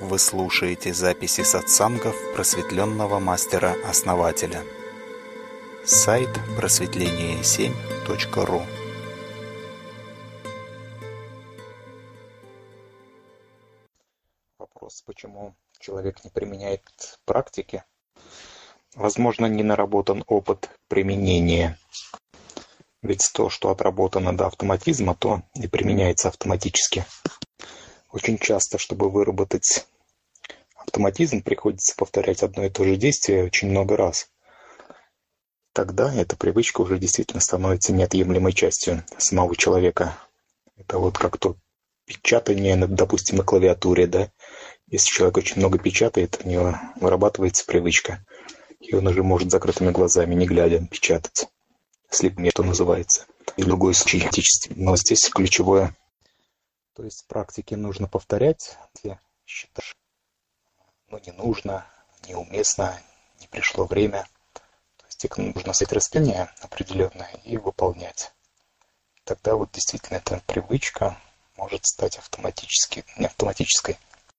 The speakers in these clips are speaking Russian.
Вы слушаете записи сатсангов просветленного мастера-основателя. Сайт просветление7.ру. Вопрос, почему человек не применяет практики? Возможно, не наработан опыт применения. Ведь то, что отработано до автоматизма, то и применяется автоматически. Очень часто, чтобы выработать автоматизм, приходится повторять одно и то же действие очень много раз. Тогда эта привычка уже действительно становится неотъемлемой частью самого человека. Это вот как то печатание, допустим, на клавиатуре, да? Если человек очень много печатает, у него вырабатывается привычка. И он уже может закрытыми глазами, не глядя, печатать. Слепым, что называется. И другой случай. Но здесь ключевое. То есть практики нужно повторять. Если считаешь, не нужно, неуместно, не пришло время. То есть их нужно ставить расстояние определенное и выполнять. Тогда вот действительно эта привычка может стать не автоматической.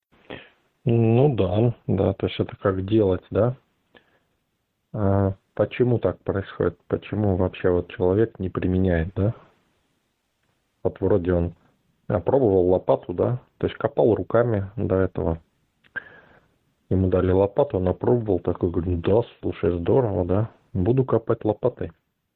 Да, то есть это как делать, да? А почему так происходит? Почему вообще вот человек не применяет, да? Вот вроде он опробовал лопату, да? То есть копал руками до этого. Ему дали лопату, он опробовал, такой, говорит, да, слушай, здорово, да? Буду копать лопатой.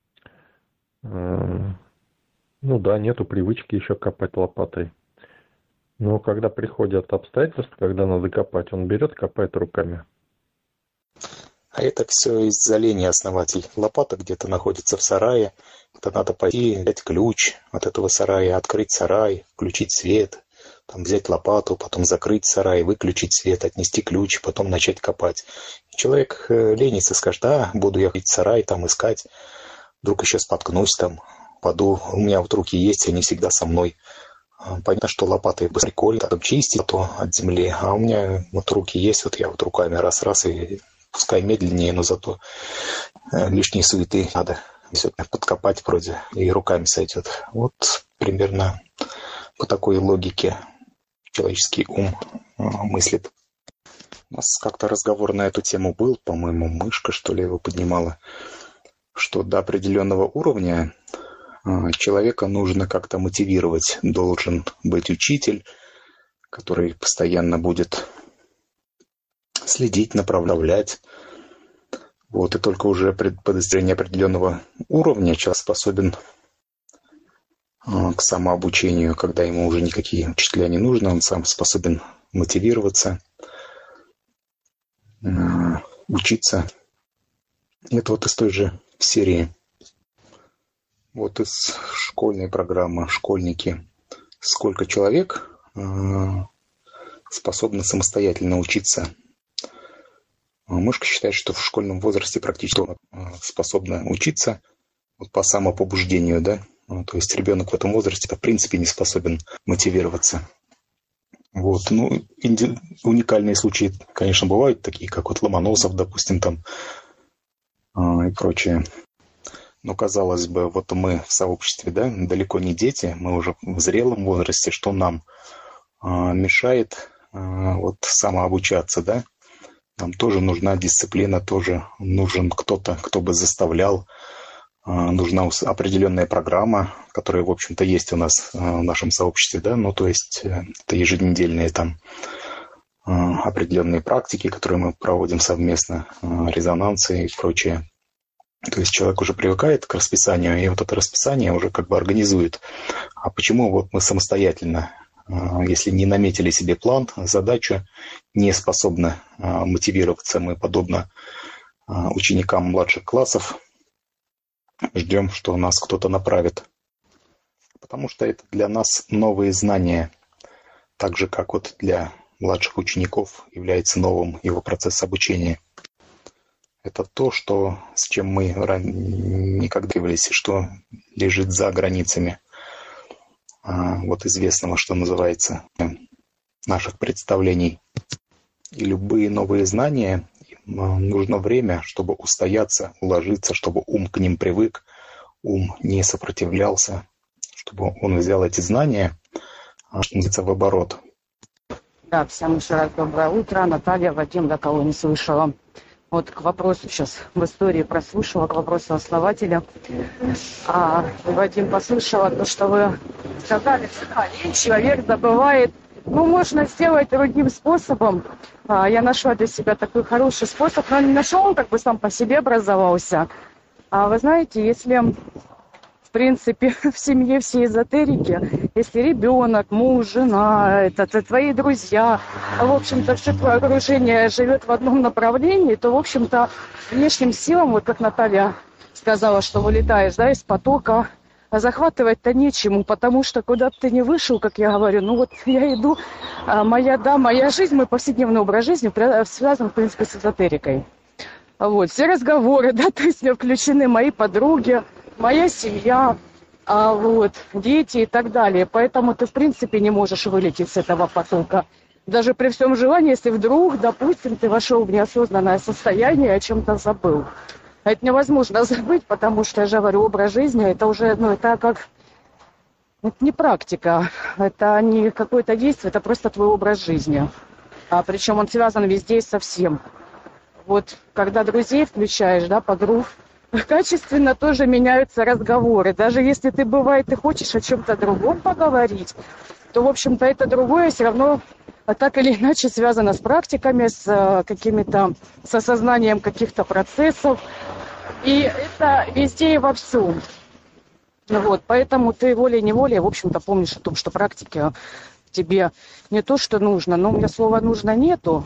Нету привычки еще копать лопатой. Но когда приходят обстоятельства, когда надо копать, он берет, копает руками. А это все из-за лени основатель. Лопата где-то находится в сарае. Это надо пойти, взять ключ от этого сарая, открыть сарай, включить свет, там взять лопату, потом закрыть сарай, выключить свет, отнести ключ, потом начать копать. И человек ленится, скажет, буду я ходить в сарай, там искать, вдруг еще споткнусь там, паду, у меня вот руки есть, они всегда со мной. Понятно, что лопатой быстрее прикольно, там чистить от земли, а у меня вот руки есть, вот я вот руками раз-раз и пускай медленнее, но зато лишней суеты надо. Все подкопать вроде и руками сойдет. Вот примерно по такой логике человеческий ум мыслит. У нас как-то разговор на эту тему был, по-моему, Мышка, что ли, его поднимала, что до определенного уровня человека нужно как-то мотивировать. Должен быть учитель, который постоянно будет следить, направлять. Вот, и только уже при достижении определенного уровня человек способен к самообучению, когда ему уже никакие учителя не нужны, он сам способен мотивироваться, учиться. Это вот из той же серии. Вот из школьной программы «Школьники». Сколько человек способны самостоятельно учиться? Мышка считает, что в школьном возрасте практически способна учиться по самопобуждению, да? То есть ребенок в этом возрасте в принципе не способен мотивироваться. Вот. Уникальные случаи, конечно, бывают, такие как вот Ломоносов, допустим, там и прочее. Но, казалось бы, вот мы в сообществе, да, далеко не дети, мы уже в зрелом возрасте, что нам мешает самообучаться, да? Нам тоже нужна дисциплина, тоже нужен кто-то, кто бы заставлял. Нужна определенная программа, которая, в общем-то, есть у нас в нашем сообществе, да, то есть это еженедельные там определенные практики, которые мы проводим совместно, резонансы и прочее. То есть человек уже привыкает к расписанию, и вот это расписание уже как бы организует. А почему вот мы самостоятельно, если не наметили себе план, задачу, не способны мотивироваться, мы, подобно ученикам младших классов, ждем, что нас кто-то направит. Потому что это для нас новые знания, так же, как вот для младших учеников является новым его процесс обучения. Это то, с чем мы никогда не являлись, что лежит за границами известного, что называется, наших представлений. И любые новые знания, нужно время, чтобы устояться, уложиться, чтобы ум к ним привык, ум не сопротивлялся, чтобы он взял эти знания, что называется, в оборот. Да, всем еще раз доброе утро. Наталья, Вадим, до кого не слышала. Вот к вопросу сейчас в истории прослушала, к вопросу основателя. Вадим, послушала то, что вы сказали. Человек забывает. Можно сделать другим способом. Я нашла для себя такой хороший способ, но не нашел, он как бы сам по себе образовался. Вы знаете, если... В принципе, в семье все эзотерики, если ребенок, муж, жена, это твои друзья, в общем-то, все твое окружение живет в одном направлении, то, в общем-то, внешним силам, вот как Наталья сказала, что вылетаешь, да, из потока, захватывать-то нечему, потому что куда бы ты ни вышел, как я говорю, я иду, моя жизнь, мой повседневный образ жизни связан, в принципе, с эзотерикой. Все разговоры, да, то есть включены мои подруги, моя семья, дети и так далее. Поэтому ты, в принципе, не можешь вылететь с этого потока. Даже при всем желании, если вдруг, допустим, ты вошел в неосознанное состояние и о чем-то забыл. Это невозможно забыть, потому что, я же говорю, образ жизни, это уже, это не практика, это не какое-то действие, это просто твой образ жизни. Причем он связан везде и со всем. Когда друзей включаешь, да, подруг, качественно тоже меняются разговоры. Даже если ты, бывает, ты хочешь о чем-то другом поговорить, то, в общем-то, это другое все равно так или иначе связано с практиками, с какими-то, с осознанием каких-то процессов. И это везде и во всем. Поэтому ты волей-неволей, в общем-то, помнишь о том, что практики тебе не то, что нужно, но у меня слова «нужно» нету.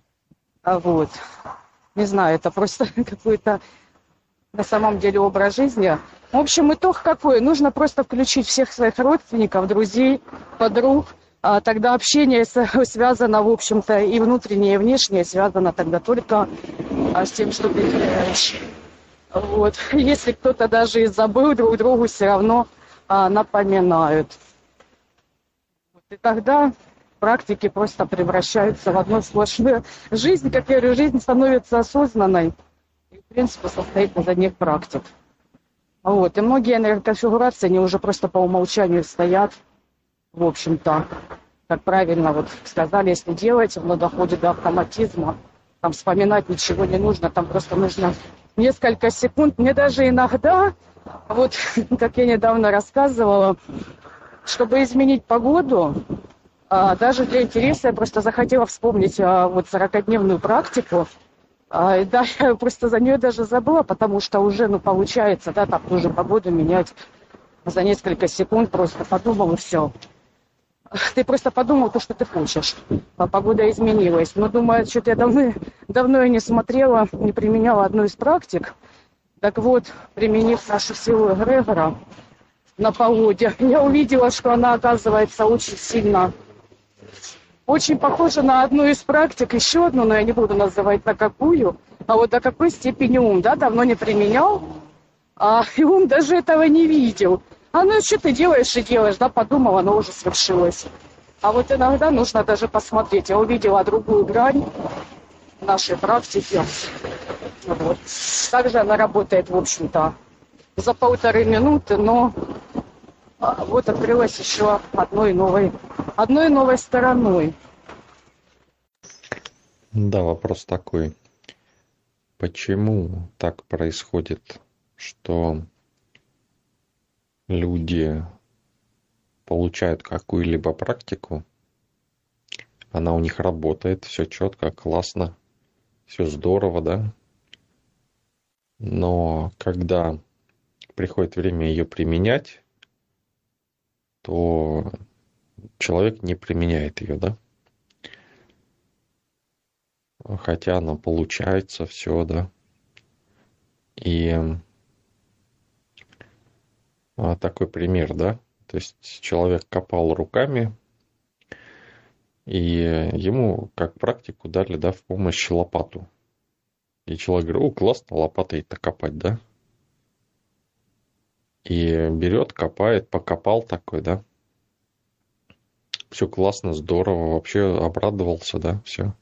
Не знаю, это просто какой-то на самом деле образ жизни. В общем, итог какой? Нужно просто включить всех своих родственников, друзей, подруг. Тогда общение связано, в общем-то, и внутреннее, и внешнее связано тогда только с тем, что ты делаешь. Если кто-то даже и забыл, друг другу все равно напоминают. И тогда практики просто превращаются в одну сплошную жизнь. Как я говорю, жизнь становится осознанной. И, в принципе, состоит из одних практик. И многие энергоконфигурации, они уже просто по умолчанию стоят. В общем-то, как правильно сказали, если делаете, оно доходит до автоматизма. Там вспоминать ничего не нужно, там просто нужно несколько секунд. Мне даже иногда, как я недавно рассказывала, чтобы изменить погоду, даже для интереса я просто захотела вспомнить 40-дневную практику. Да, я просто за нее даже забыла, потому что уже, получается, да, там тоже погоду менять за несколько секунд, просто подумал и все. Ты просто подумал то, что ты хочешь. Погода изменилась. Думаю, что-то я давно не смотрела, не применяла одну из практик. Так применив нашу силу эгрегора на погоде, я увидела, что она, оказывается, очень похожа на одну из практик, еще одну, но я не буду называть на какую, до какой степени ум, да, давно не применял, и ум даже этого не видел. Что ты делаешь и делаешь, да, подумала, оно уже свершилось. Иногда нужно даже посмотреть. Я увидела другую грань нашей практики. Также она работает, в общем-то, за 1,5 минуты, но открылась еще одной новой стороной. Да, вопрос такой. Почему так происходит, что люди получают какую-либо практику, она у них работает, все четко, классно, все здорово, да? Но когда приходит время ее применять, то человек не применяет ее, да? Хотя она получается, все, да? И такой пример, да? То есть человек копал руками, и ему как практику дали, да, в помощь лопату. И человек говорит: классно лопатой-то копать, да? И берет, копает, покопал такой, да? Все классно, здорово, вообще обрадовался, да, все.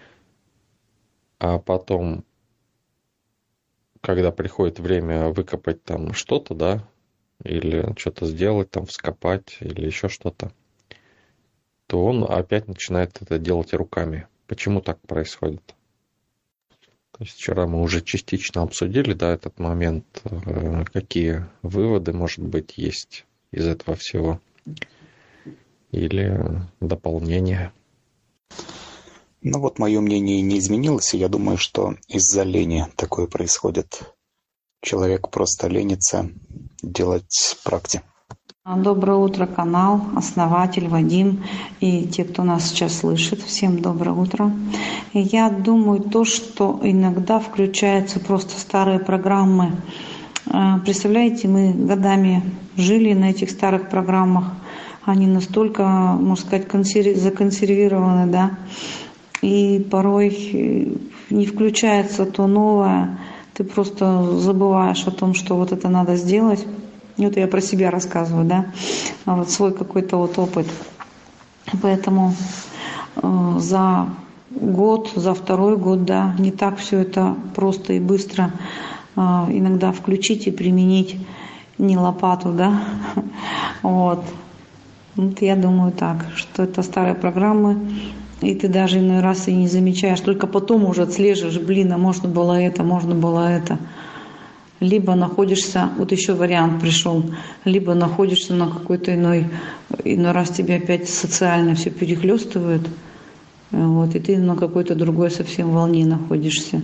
А потом, когда приходит время выкопать там что-то, да, или что-то сделать, там, вскопать, или еще что-то, то он опять начинает это делать руками. Почему так происходит? То есть вчера мы уже частично обсудили, да, этот момент, какие выводы, может быть, есть из этого всего, или дополнение. Ну вот мое мнение не изменилось, и я думаю, что из-за лени такое происходит. Человек просто ленится делать практику. Доброе утро, канал, основатель Вадим и те, кто нас сейчас слышит. Всем доброе утро. Я думаю, то, что иногда включаются просто старые программы. Представляете, мы годами жили на этих старых программах. Они настолько, можно сказать, законсервированы, да. И порой не включается то новое. Ты просто забываешь о том, что вот это надо сделать. Вот я про себя рассказываю, да, вот свой какой-то вот опыт. Поэтому за год, за второй год, да, не так все это просто и быстро иногда включить и применить не лопату, да, вот. Вот я думаю так, что это старые программы, и ты даже иной раз и не замечаешь, только потом уже отслеживаешь, блин, а можно было это, можно было это. Либо находишься, вот еще вариант пришел, либо находишься на какой-то иной раз тебя опять социально все перехлестывает, вот, и ты на какой-то другой совсем волне находишься.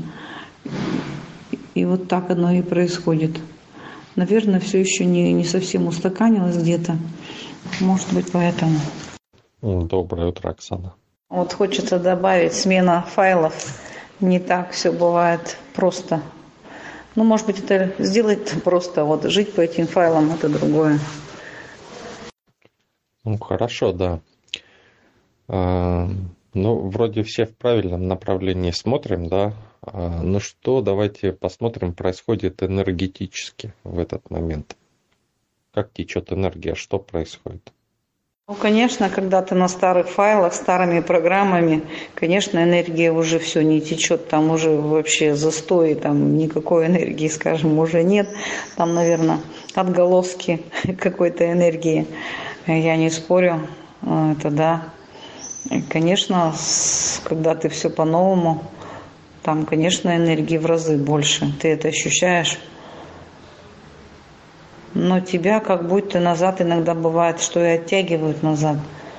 И вот так оно и происходит. Наверное, все еще не совсем устаканилось где-то. Может быть, поэтому. Доброе утро, Оксана. Вот хочется добавить, смена файлов. Не так все бывает просто. Ну, может быть, это сделать просто, вот жить по этим файлам, это другое. Ну, хорошо, да. Ну, вроде все в правильном направлении смотрим, да. Ну что, давайте посмотрим, происходит энергетически в этот момент. Как течет энергия, что происходит? Ну, конечно, когда ты на старых файлах, старыми программами, конечно, энергия уже все не течет, там уже вообще застой, там никакой энергии, скажем, уже нет. Там, наверное, отголоски какой-то энергии. Я не спорю, это да. И, конечно, когда ты все по-новому, там, конечно, энергии в разы больше. Ты это ощущаешь. Но тебя как будто назад иногда бывает, что и оттягивают назад.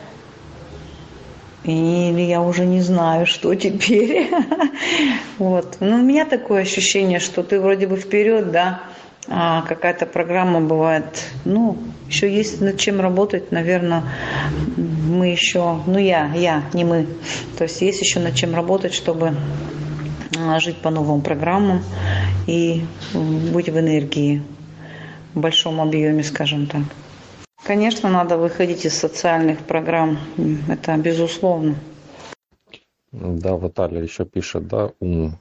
Или я уже не знаю, что теперь. Вот. Но у меня такое ощущение, что ты вроде бы вперед, да, а какая-то программа бывает. Ну, еще есть над чем работать, наверное, мы еще, ну я, не мы. То есть есть еще над чем работать, чтобы жить по новым программам и быть в энергии. В большом объеме, скажем так. Конечно, надо выходить из социальных программ, это безусловно. Да, вот Аля еще пишет, да, ум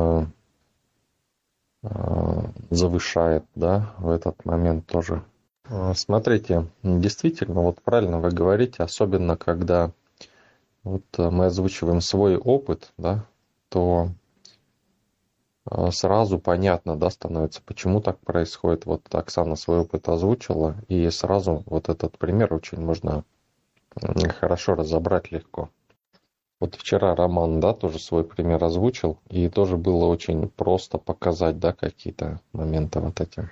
завышает, да, в этот момент тоже. Смотрите, действительно, вот правильно вы говорите, особенно когда вот мы озвучиваем свой опыт, да, то сразу понятно, да, становится, почему так происходит. Вот Оксана свой опыт озвучила, и сразу вот этот пример очень можно хорошо разобрать легко. Вот вчера Роман, да, тоже свой пример озвучил, и тоже было очень просто показать, да, какие-то моменты вот эти.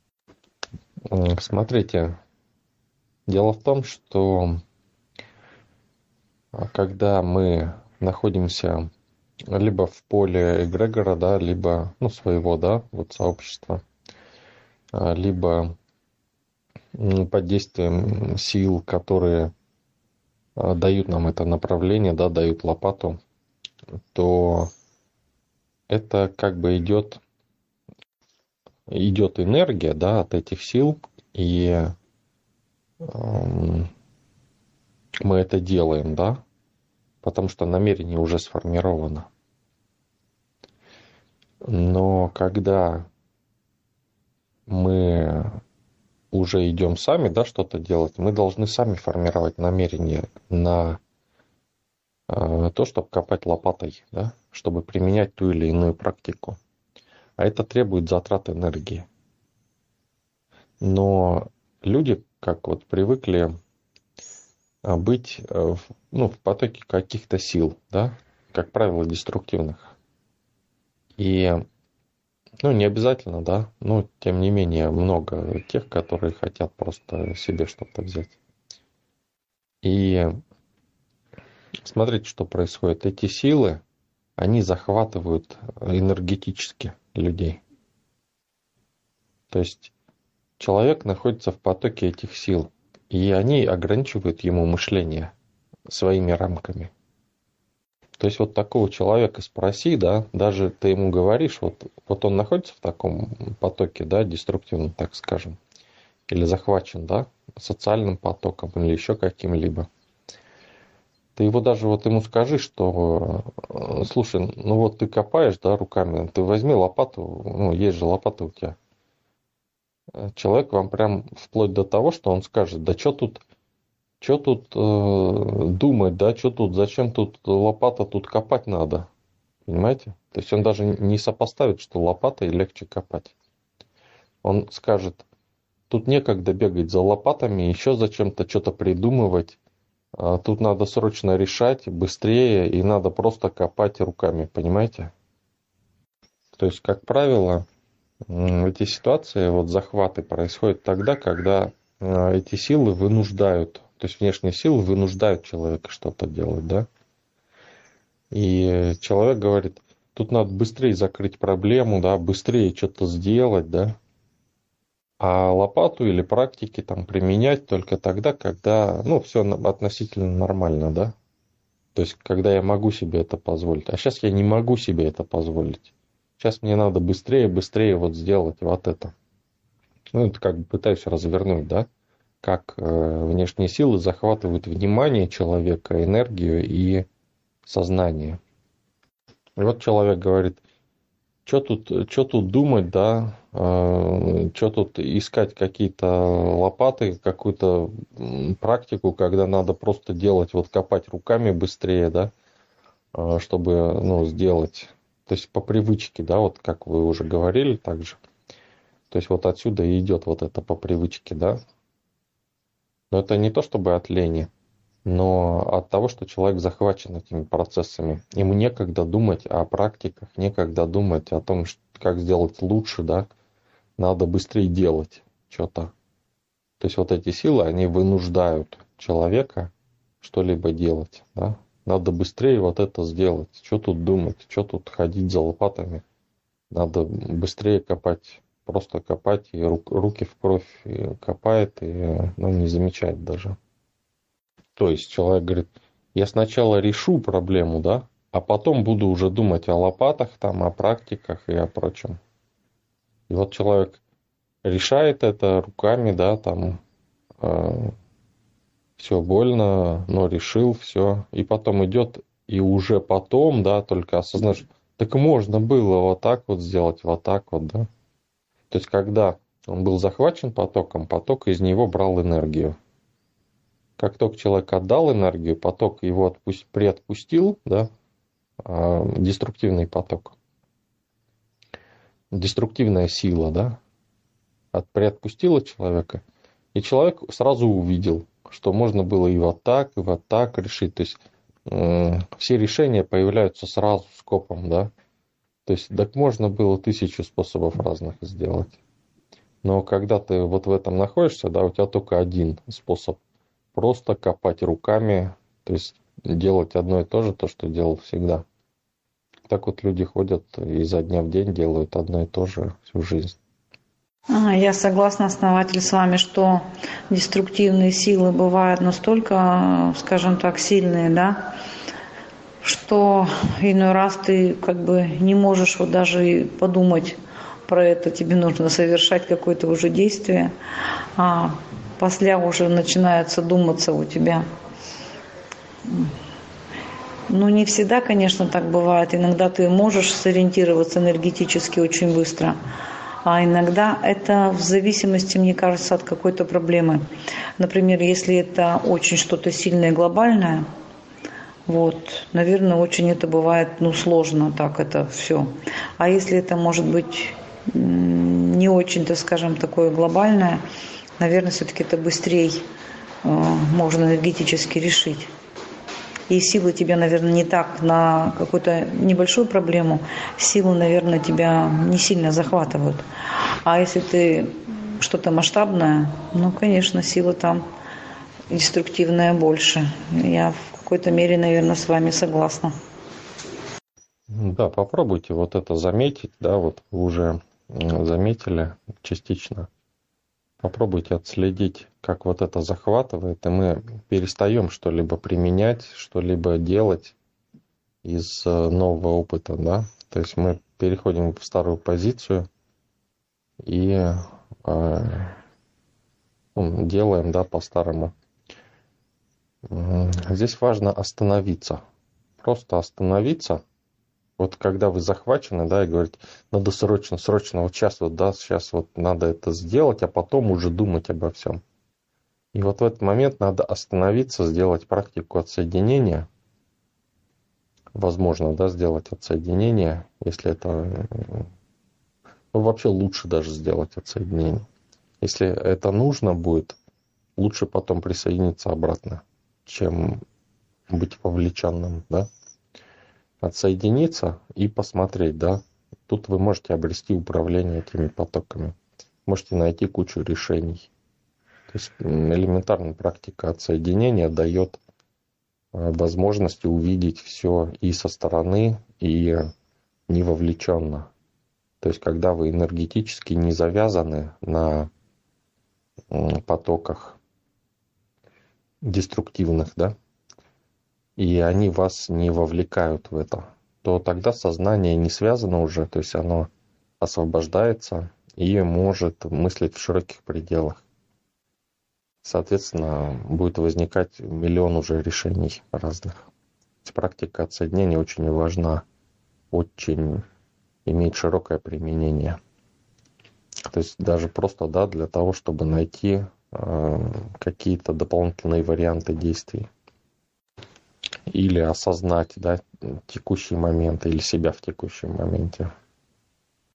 Смотрите, дело в том, что когда мы находимся либо в поле эгрегора, да, либо, ну, своего, да, вот сообщества, либо под действием сил, которые дают нам это направление, да, дают лопату, то это как бы идет энергия, да, от этих сил, и мы это делаем, да, потому что намерение уже сформировано. Но когда мы уже идем сами, да, что-то делать, мы должны сами формировать намерение на то, чтобы копать лопатой, да, чтобы применять ту или иную практику. А это требует затрат энергии. Но люди, как вот привыкли быть в потоке каких-то сил, да, как правило, деструктивных. И, не обязательно, да, но тем не менее много тех, которые хотят просто себе что-то взять. И смотрите, что происходит. Эти силы, они захватывают энергетически людей. То есть человек находится в потоке этих сил, и они ограничивают ему мышление своими рамками. То есть вот такого человека спроси, да, даже ты ему говоришь, вот он находится в таком потоке, да, деструктивном, так скажем, или захвачен, да, социальным потоком или еще каким-либо. Ты его даже ему скажи, что, слушай, ты копаешь, да, руками, ты возьми лопату, есть же лопата у тебя. Человек вам прям вплоть до того, что он скажет, да что тут думать, да, зачем тут лопата, тут копать надо, понимаете? То есть он даже не сопоставит, что лопатой легче копать. Он скажет, тут некогда бегать за лопатами, еще зачем-то что-то придумывать, тут надо срочно решать, быстрее, и надо просто копать руками, понимаете? То есть, как правило, эти ситуации, захваты происходят тогда, когда эти силы вынуждают, то есть внешние силы вынуждают человека что-то делать, да? И человек говорит, тут надо быстрее закрыть проблему, да, быстрее что-то сделать, да? А лопату или практики там применять только тогда, когда, все относительно нормально, да? То есть, когда я могу себе это позволить. А сейчас я не могу себе это позволить. Сейчас мне надо быстрее сделать вот это. Это как бы пытаюсь развернуть, да? Как внешние силы захватывают внимание человека, энергию и сознание. И вот человек говорит, что тут думать, да? Что тут искать какие-то лопаты, какую-то практику, когда надо просто делать, копать руками быстрее, да? Чтобы, сделать. То есть по привычке, да, как вы уже говорили также. То есть отсюда и идет это по привычке, да. Но это не то чтобы от лени, но от того, что человек захвачен этими процессами. Ему некогда думать о практиках, некогда думать о том, как сделать лучше, да. Надо быстрее делать что-то. То есть эти силы, они вынуждают человека что-либо делать, да. Надо быстрее это сделать. Что тут думать, что тут ходить за лопатами. Надо быстрее копать, просто копать, и руки в кровь и копает, и не замечает даже. То есть человек говорит, я сначала решу проблему, да, а потом буду уже думать о лопатах, там, о практиках и о прочем. И человек решает это руками, да, там, все больно, но решил, все. И потом идет, и уже потом, да, только осознаешь, так можно было так сделать, так да. То есть, когда он был захвачен потоком, поток из него брал энергию. Как только человек отдал энергию, поток его приотпустил, да, деструктивный поток. Деструктивная сила, да, приотпустила человека, и человек сразу увидел, что можно было и так решить. То есть все решения появляются сразу скопом, да. То есть так можно было 1000 способов разных сделать. Но когда ты в этом находишься, да, у тебя только один способ. Просто копать руками, то есть делать одно и то же, то, что делал всегда. Так люди ходят изо дня в день, делают одно и то же всю жизнь. Я согласна, основатель, с вами, что деструктивные силы бывают настолько, скажем так, сильные, да, что иной раз ты не можешь даже и подумать про это, тебе нужно совершать какое-то уже действие, а после уже начинается думаться у тебя. Не всегда, конечно, так бывает. Иногда ты можешь сориентироваться энергетически очень быстро, а иногда это в зависимости, мне кажется, от какой-то проблемы. Например, если это очень что-то сильное, глобальное, наверное, очень это бывает, сложно так это все. А если это может быть не очень-то, скажем, такое глобальное, наверное, все-таки это быстрее можно энергетически решить. И силы тебя, наверное, не так на какую-то небольшую проблему, силы, наверное, тебя не сильно захватывают. А если ты что-то масштабное, ну, конечно, сила там деструктивная больше. Я в какой-то мере, наверное, с вами согласна. Да, попробуйте вот это заметить, да, вот вы уже заметили частично. Попробуйте отследить, как вот это захватывает, и мы перестаем что-либо применять, что-либо делать из нового опыта, да. То есть мы переходим в старую позицию и делаем, да, по-старому. Здесь важно остановиться, просто остановиться. Вот когда вы захвачены, да, и говорите, надо срочно, вот сейчас вот, да, сейчас вот надо это сделать, а потом уже думать обо всем. И вот в этот момент надо остановиться, сделать практику отсоединения. Возможно, да, сделать отсоединение, если это... Ну, вообще лучше даже сделать отсоединение. Если это нужно будет, лучше потом присоединиться обратно, чем быть вовлеченным, да. Отсоединиться и посмотреть, да. Тут вы можете обрести управление этими потоками. Можете найти кучу решений. То есть элементарная практика отсоединения дает возможность увидеть все и со стороны, и не вовлеченно. То есть когда вы энергетически не завязаны на потоках деструктивных, да, и они вас не вовлекают в это, то тогда сознание не связано уже, то есть оно освобождается и может мыслить в широких пределах. Соответственно, будет возникать миллион уже решений разных. Практика отсоединения очень важна, очень имеет широкое применение. То есть даже просто, да, для того, чтобы найти какие-то дополнительные варианты действий. Или осознать, да, текущий момент или себя в текущем моменте.